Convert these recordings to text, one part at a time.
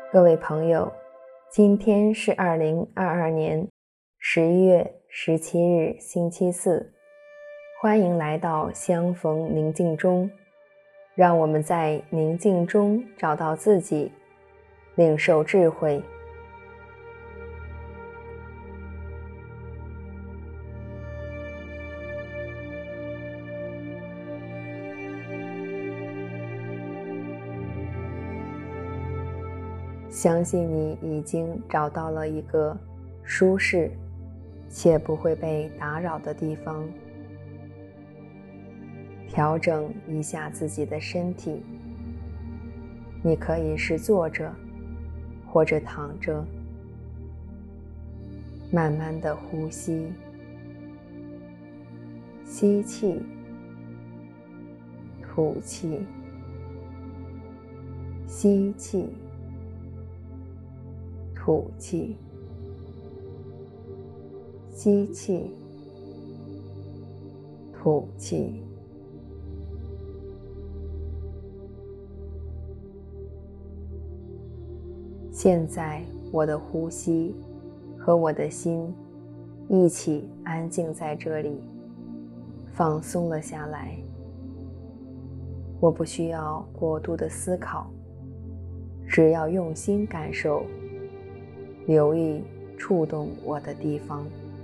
各位朋友，今天是2022年11月17日星期四，欢迎来到相逢宁静中，让我们在宁静中找到自己，领受智慧。相信你已经找到了一个舒适且不会被打扰的地方，调整一下自己的身体。你可以是坐着或者躺着，慢慢的呼吸，吸气，吐气，吸气，吐气，吸气，吐气。现在我的呼吸和我的心一起安静在这里，放松了下来。我不需要过度的思考，只要用心感受，留意触动我的地方。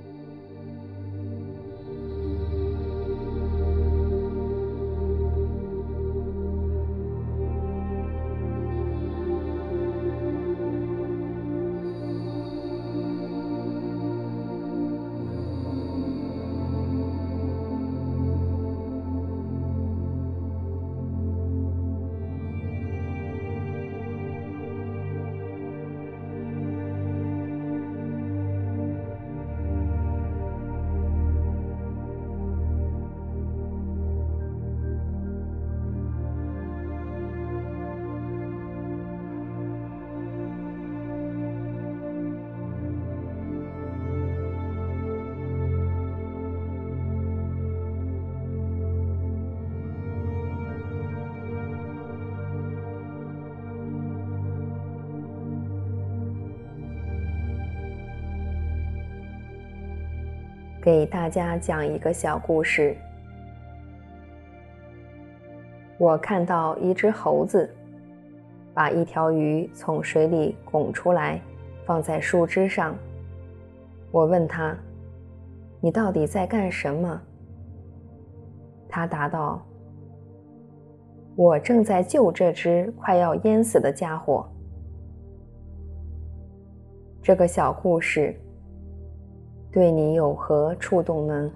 给大家讲一个小故事。我看到一只猴子把一条鱼从水里拱出来，放在树枝上。我问他：“你到底在干什么？”他答道：“我正在救这只快要淹死的家伙。”这个小故事对你有何触动呢？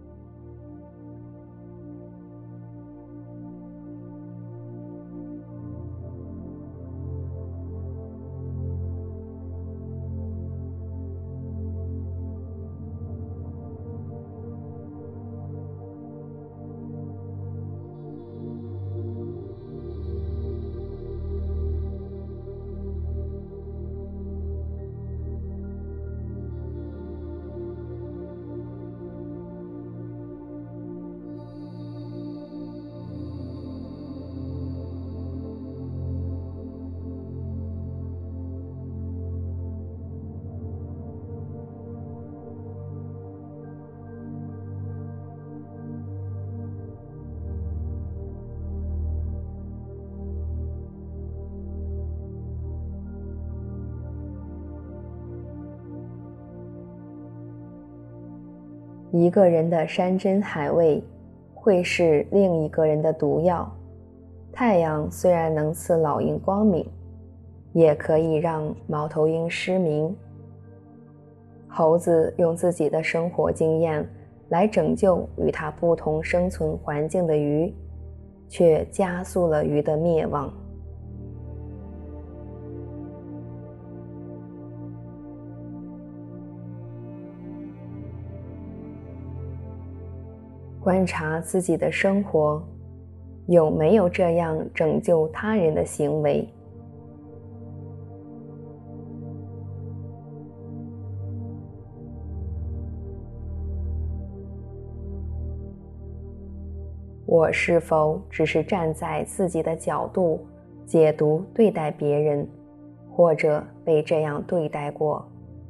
一个人的山珍海味会是另一个人的毒药。太阳虽然能赐老鹰光明，也可以让猫头鹰失明。猴子用自己的生活经验来拯救与它不同生存环境的鱼，却加速了鱼的灭亡。观察自己的生活，有没有这样拯救他人的行为？我是否只是站在自己的角度解读对待别人， 或者被这样对待过。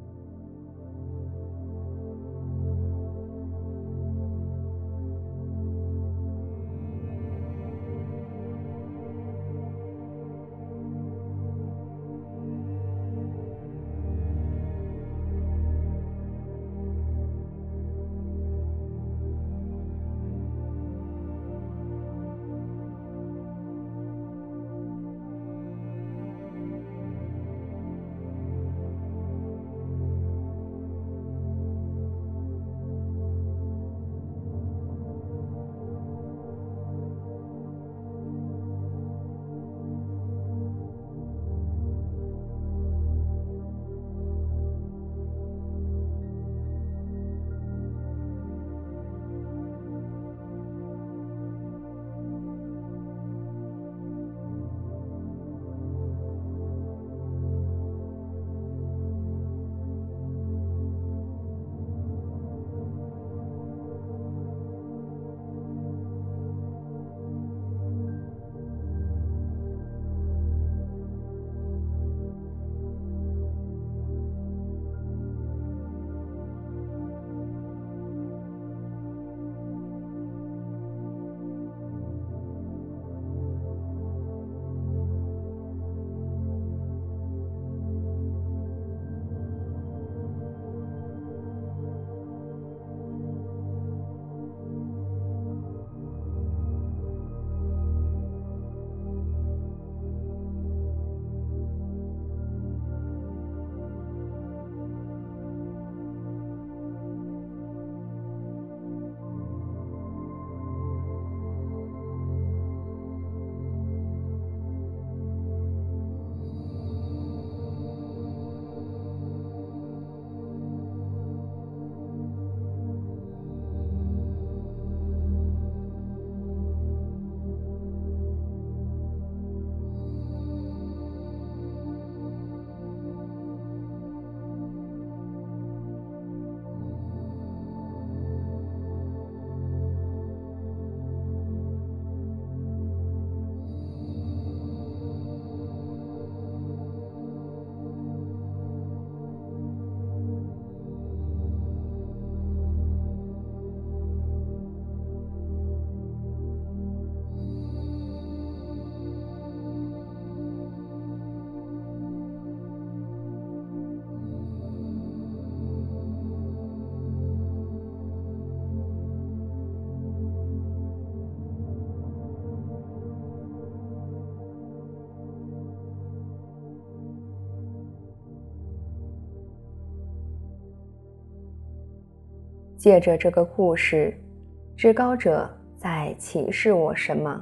借着这个故事，至高者在启示我什么？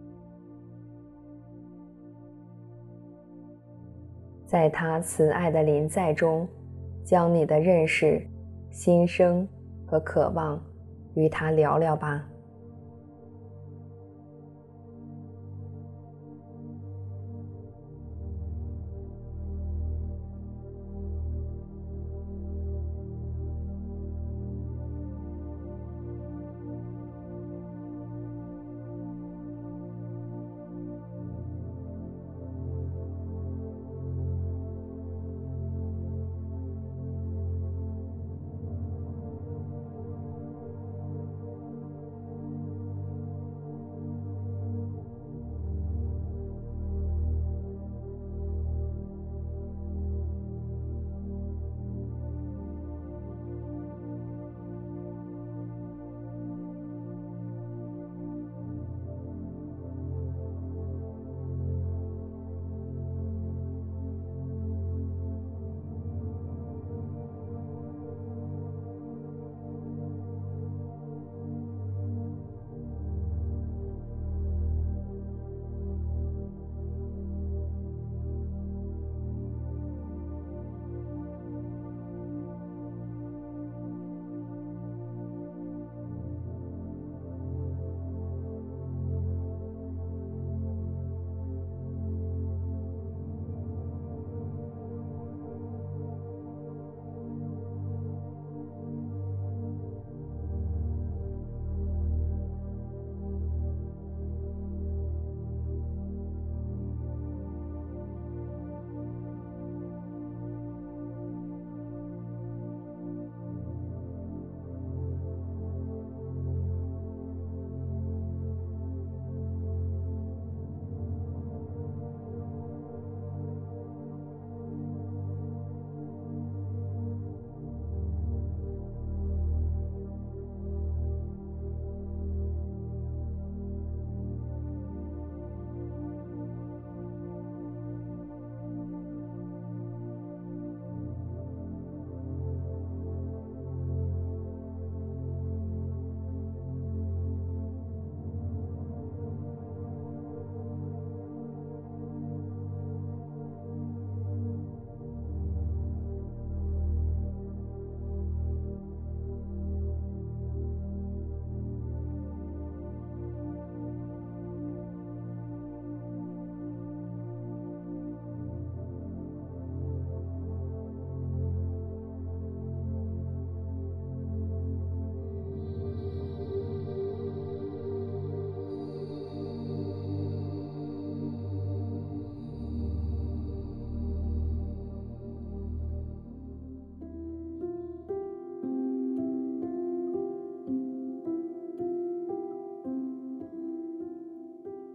在他慈爱的临在中，将你的认识、心声和渴望与他聊聊吧。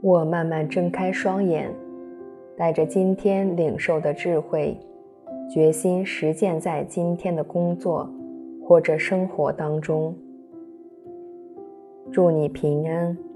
我慢慢睁开双眼，带着今天领受的智慧，决心实践在今天的工作或者生活当中。祝你平安。